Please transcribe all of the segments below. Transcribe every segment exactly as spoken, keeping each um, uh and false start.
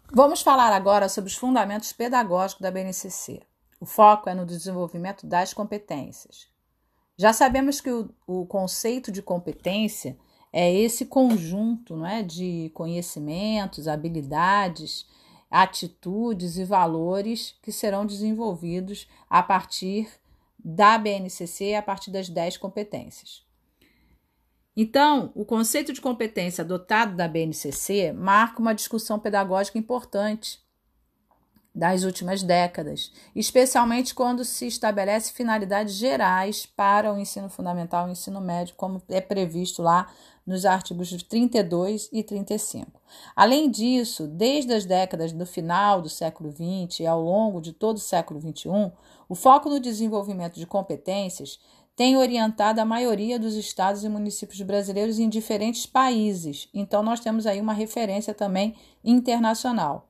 Vamos falar agora sobre os fundamentos pedagógicos da B N C C. O foco é no desenvolvimento das competências. Já sabemos que o, o conceito de competência é esse conjunto, não é, de conhecimentos, habilidades, atitudes e valores que serão desenvolvidos a partir da B N C C, a partir das dez competências. Então, o conceito de competência adotado da B N C C marca uma discussão pedagógica importante das últimas décadas, especialmente quando se estabelece finalidades gerais para o ensino fundamental e o ensino médio, como é previsto lá nos artigos trinta e dois e trinta e cinco. Além disso, desde as décadas do final do século vinte e ao longo de todo o século vinte e um, o foco no desenvolvimento de competências tem orientado a maioria dos estados e municípios brasileiros em diferentes países. Então, nós temos aí uma referência também internacional.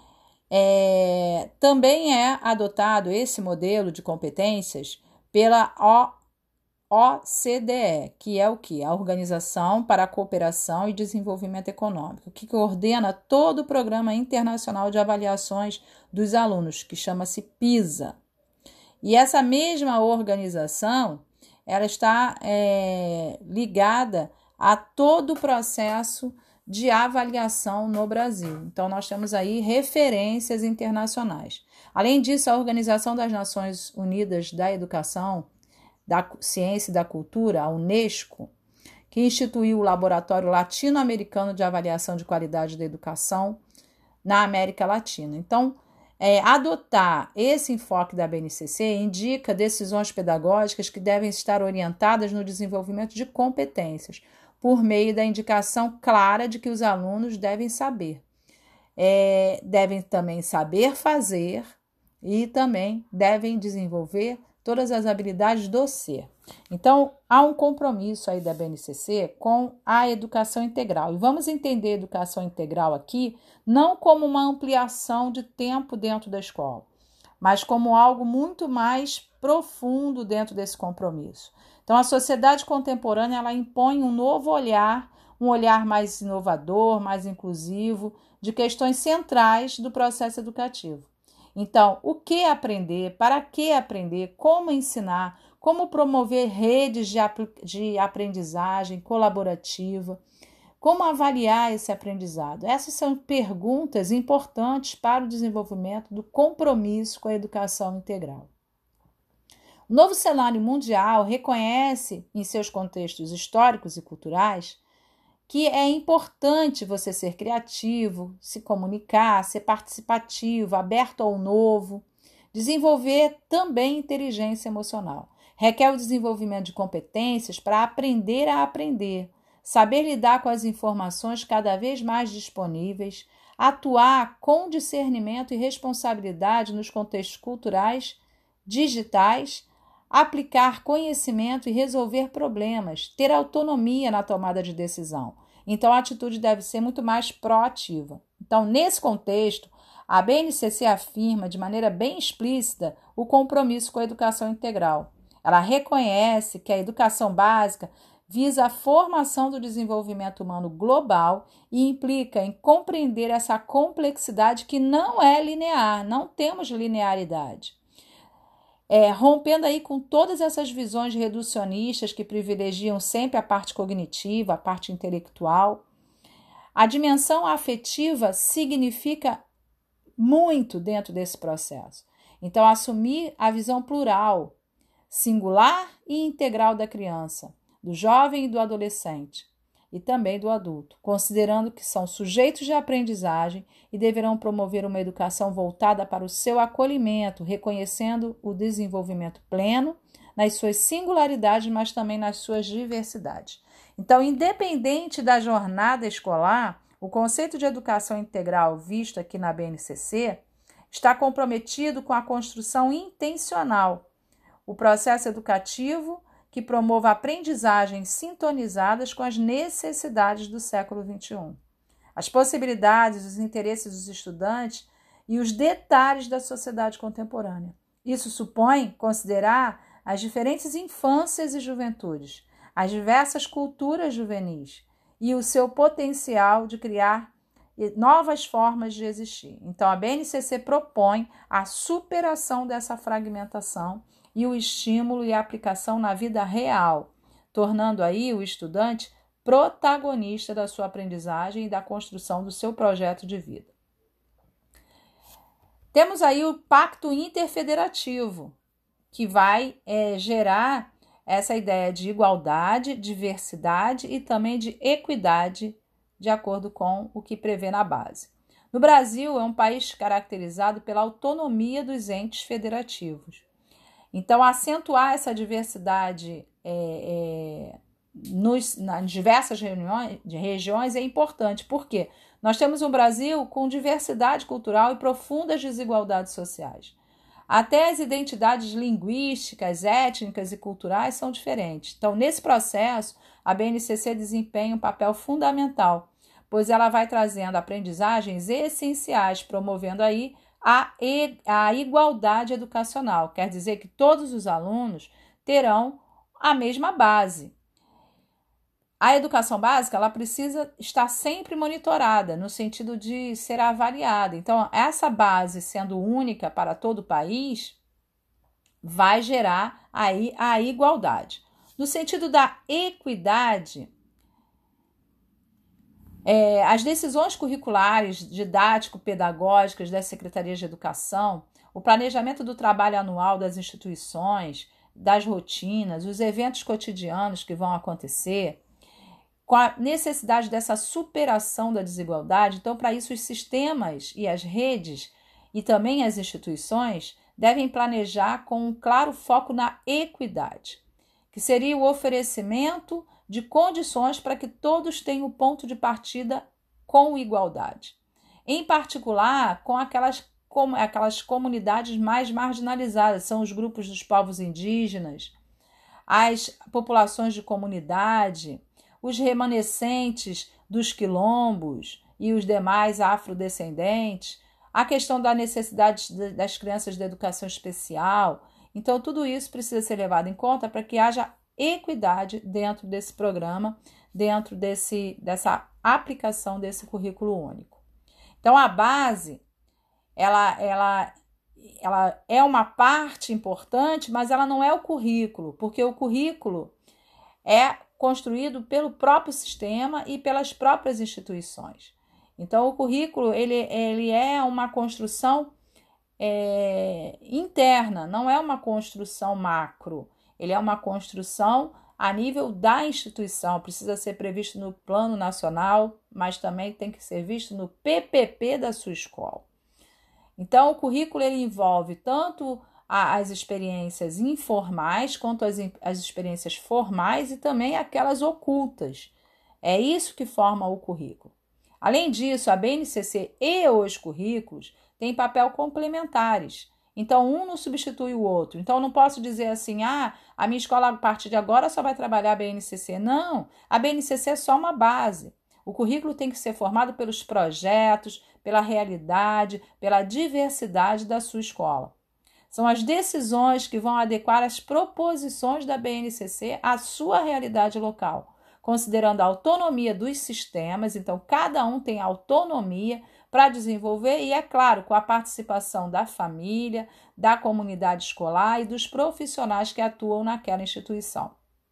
É, também é adotado esse modelo de competências pela O C D E, que é o que? A Organização para a Cooperação e Desenvolvimento Econômico, que coordena todo o Programa Internacional de Avaliações dos Alunos, que chama-se PISA. E essa mesma organização, ela está é, ligada a todo o processo de avaliação no Brasil. Então, nós temos aí referências internacionais. Além disso, a Organização das Nações Unidas da Educação, da Ciência e da Cultura, a Unesco, que instituiu o Laboratório Latino-Americano de Avaliação de Qualidade da Educação na América Latina. Então, É, adotar esse enfoque da B N C C indica decisões pedagógicas que devem estar orientadas no desenvolvimento de competências, por meio da indicação clara de que os alunos devem saber. É, devem também saber fazer e também devem desenvolver todas as habilidades do ser. Então, há um compromisso aí da B N C C com a educação integral. E vamos entender a educação integral aqui não como uma ampliação de tempo dentro da escola, mas como algo muito mais profundo dentro desse compromisso. Então, a sociedade contemporânea, ela impõe um novo olhar, um olhar mais inovador, mais inclusivo, de questões centrais do processo educativo. Então, o que aprender, para que aprender, como ensinar, como promover redes de, de aprendizagem colaborativa, como avaliar esse aprendizado. Essas são perguntas importantes para o desenvolvimento do compromisso com a educação integral. O novo cenário mundial reconhece, em seus contextos históricos e culturais, que é importante você ser criativo, se comunicar, ser participativo, aberto ao novo, desenvolver também inteligência emocional. Requer o desenvolvimento de competências para aprender a aprender, saber lidar com as informações cada vez mais disponíveis, atuar com discernimento e responsabilidade nos contextos culturais, digitais, aplicar conhecimento e resolver problemas, ter autonomia na tomada de decisão. Então, a atitude deve ser muito mais proativa. Então, nesse contexto, a B N C C afirma de maneira bem explícita o compromisso com a educação integral. Ela reconhece que a educação básica visa a formação do desenvolvimento humano global e implica em compreender essa complexidade que não é linear, não temos linearidade. É, rompendo aí com todas essas visões reducionistas que privilegiam sempre a parte cognitiva, a parte intelectual. A dimensão afetiva significa muito dentro desse processo. Então, assumir a visão plural, singular e integral da criança, do jovem e do adolescente, e também do adulto, considerando que são sujeitos de aprendizagem e deverão promover uma educação voltada para o seu acolhimento, reconhecendo o desenvolvimento pleno nas suas singularidades, mas também nas suas diversidades. Então, independente da jornada escolar, o conceito de educação integral visto aqui na B N C C está comprometido com a construção intencional, o processo educativo que promova aprendizagens sintonizadas com as necessidades do século vinte e um. As possibilidades, os interesses dos estudantes e os detalhes da sociedade contemporânea. Isso supõe considerar as diferentes infâncias e juventudes, as diversas culturas juvenis e o seu potencial de criar novas formas de existir. Então, a B N C C propõe a superação dessa fragmentação e o estímulo e a aplicação na vida real, tornando aí o estudante protagonista da sua aprendizagem e da construção do seu projeto de vida. Temos aí o Pacto Interfederativo, que vai é, gerar essa ideia de igualdade, diversidade e também de equidade, de acordo com o que prevê na base. No Brasil, é um país caracterizado pela autonomia dos entes federativos. Então, acentuar essa diversidade é, é, nos, nas diversas reuniões, de regiões é importante. Por quê? Nós temos um Brasil com diversidade cultural e profundas desigualdades sociais. Até as identidades linguísticas, étnicas e culturais são diferentes. Então, nesse processo, a B N C C desempenha um papel fundamental, pois ela vai trazendo aprendizagens essenciais, promovendo aí a, a igualdade educacional. Quer dizer que todos os alunos terão a mesma base. A educação básica, ela precisa estar sempre monitorada, no sentido de ser avaliada. Então, essa base sendo única para todo o país, vai gerar aí a igualdade. No sentido da equidade, é, as decisões curriculares, didático-pedagógicas das secretarias de educação, o planejamento do trabalho anual das instituições, das rotinas, os eventos cotidianos que vão acontecer, com a necessidade dessa superação da desigualdade. Então, para isso, os sistemas e as redes e também as instituições devem planejar com um claro foco na equidade, que seria o oferecimento de condições para que todos tenham ponto de partida com igualdade. Em particular, com aquelas, com aquelas comunidades mais marginalizadas, são os grupos dos povos indígenas, as populações de comunidade, os remanescentes dos quilombos e os demais afrodescendentes, a questão da necessidade das crianças da educação especial. Então, tudo isso precisa ser levado em conta para que haja equidade dentro desse programa, dentro desse, dessa aplicação desse currículo único. Então, a base, ela, ela, ela é uma parte importante, mas ela não é o currículo, porque o currículo é construído pelo próprio sistema e pelas próprias instituições. Então, o currículo ele, ele é uma construção é, interna, não é uma construção macro. Ele é uma construção a nível da instituição. Precisa ser previsto no Plano Nacional, mas também tem que ser visto no P P P da sua escola. Então, o currículo ele envolve tanto as experiências informais quanto as, as experiências formais e também aquelas ocultas. É isso que forma o currículo. Além disso, a B N C C e os currículos têm papel complementares. Então, um não substitui o outro. Então, eu não posso dizer assim, ah, a minha escola a partir de agora só vai trabalhar a B N C C. Não, a B N C C é só uma base. O currículo tem que ser formado pelos projetos, pela realidade, pela diversidade da sua escola. São as decisões que vão adequar as proposições da B N C C à sua realidade local, considerando a autonomia dos sistemas. Então, cada um tem autonomia para desenvolver e, é claro, com a participação da família, da comunidade escolar e dos profissionais que atuam naquela instituição.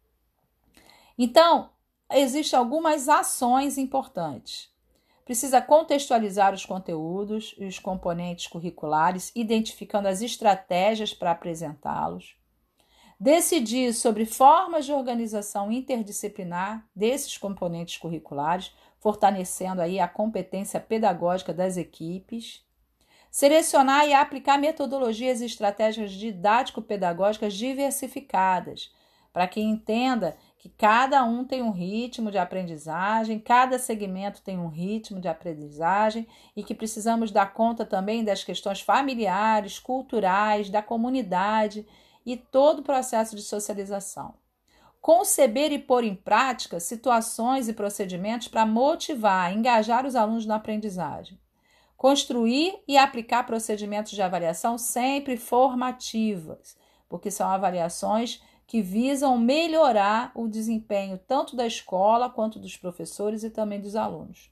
Então, existem algumas ações importantes. Precisa contextualizar os conteúdos e os componentes curriculares, identificando as estratégias para apresentá-los. Decidir sobre formas de organização interdisciplinar desses componentes curriculares, fortalecendo aí a competência pedagógica das equipes. Selecionar e aplicar metodologias e estratégias didático-pedagógicas diversificadas, para que entenda que cada um tem um ritmo de aprendizagem, cada segmento tem um ritmo de aprendizagem e que precisamos dar conta também das questões familiares, culturais, da comunidade e todo o processo de socialização. Conceber e pôr em prática situações e procedimentos para motivar, engajar os alunos na aprendizagem. Construir e aplicar procedimentos de avaliação sempre formativas, porque são avaliações que visam melhorar o desempenho tanto da escola quanto dos professores e também dos alunos.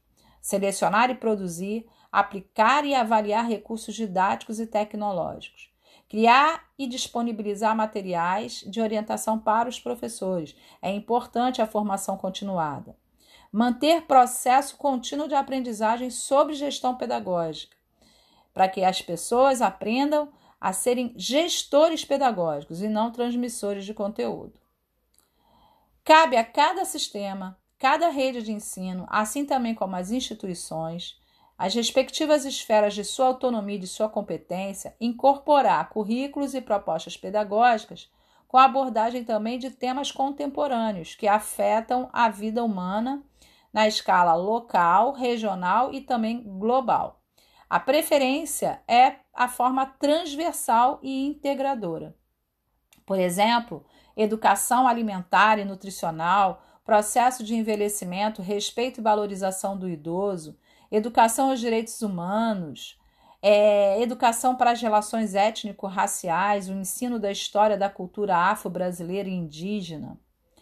selecionar e produzir, aplicar e avaliar recursos didáticos e tecnológicos, criar e disponibilizar materiais de orientação para os professores. É importante a formação continuada. Manter processo contínuo de aprendizagem sobre gestão pedagógica, para que as pessoas aprendam a serem gestores pedagógicos e não transmissores de conteúdo. Cabe a cada sistema, cada rede de ensino, assim também como as instituições, as respectivas esferas de sua autonomia e de sua competência, incorporar currículos e propostas pedagógicas com a abordagem também de temas contemporâneos que afetam a vida humana na escala local, regional e também global. A preferência é a forma transversal e integradora. Por exemplo, educação alimentar e nutricional, processo de envelhecimento, respeito e valorização do idoso, educação aos direitos humanos, é, educação para as relações étnico-raciais, o ensino da história da cultura afro-brasileira e indígena,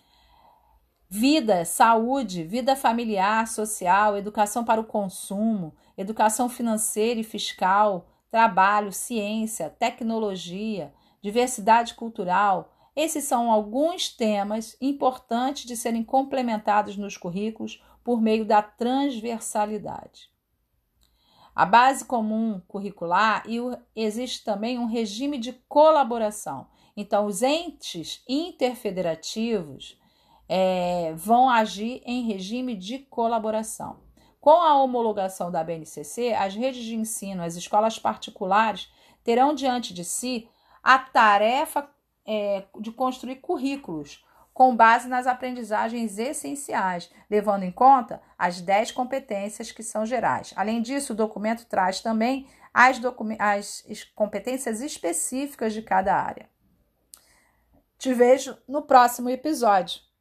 vida, saúde, vida familiar, social, educação para o consumo, educação financeira e fiscal, trabalho, ciência, tecnologia, diversidade cultural. Esses são alguns temas importantes de serem complementados nos currículos por meio da transversalidade. A base comum curricular e o, existe também um regime de colaboração. Então, os entes interfederativos é, vão agir em regime de colaboração. Com a homologação da B N C C, as redes de ensino, as escolas particulares, terão diante de si a tarefa é, de construir currículos com base nas aprendizagens essenciais, levando em conta as dez competências que são gerais. Além disso, o documento traz também as, as competências específicas de cada área. Te vejo no próximo episódio.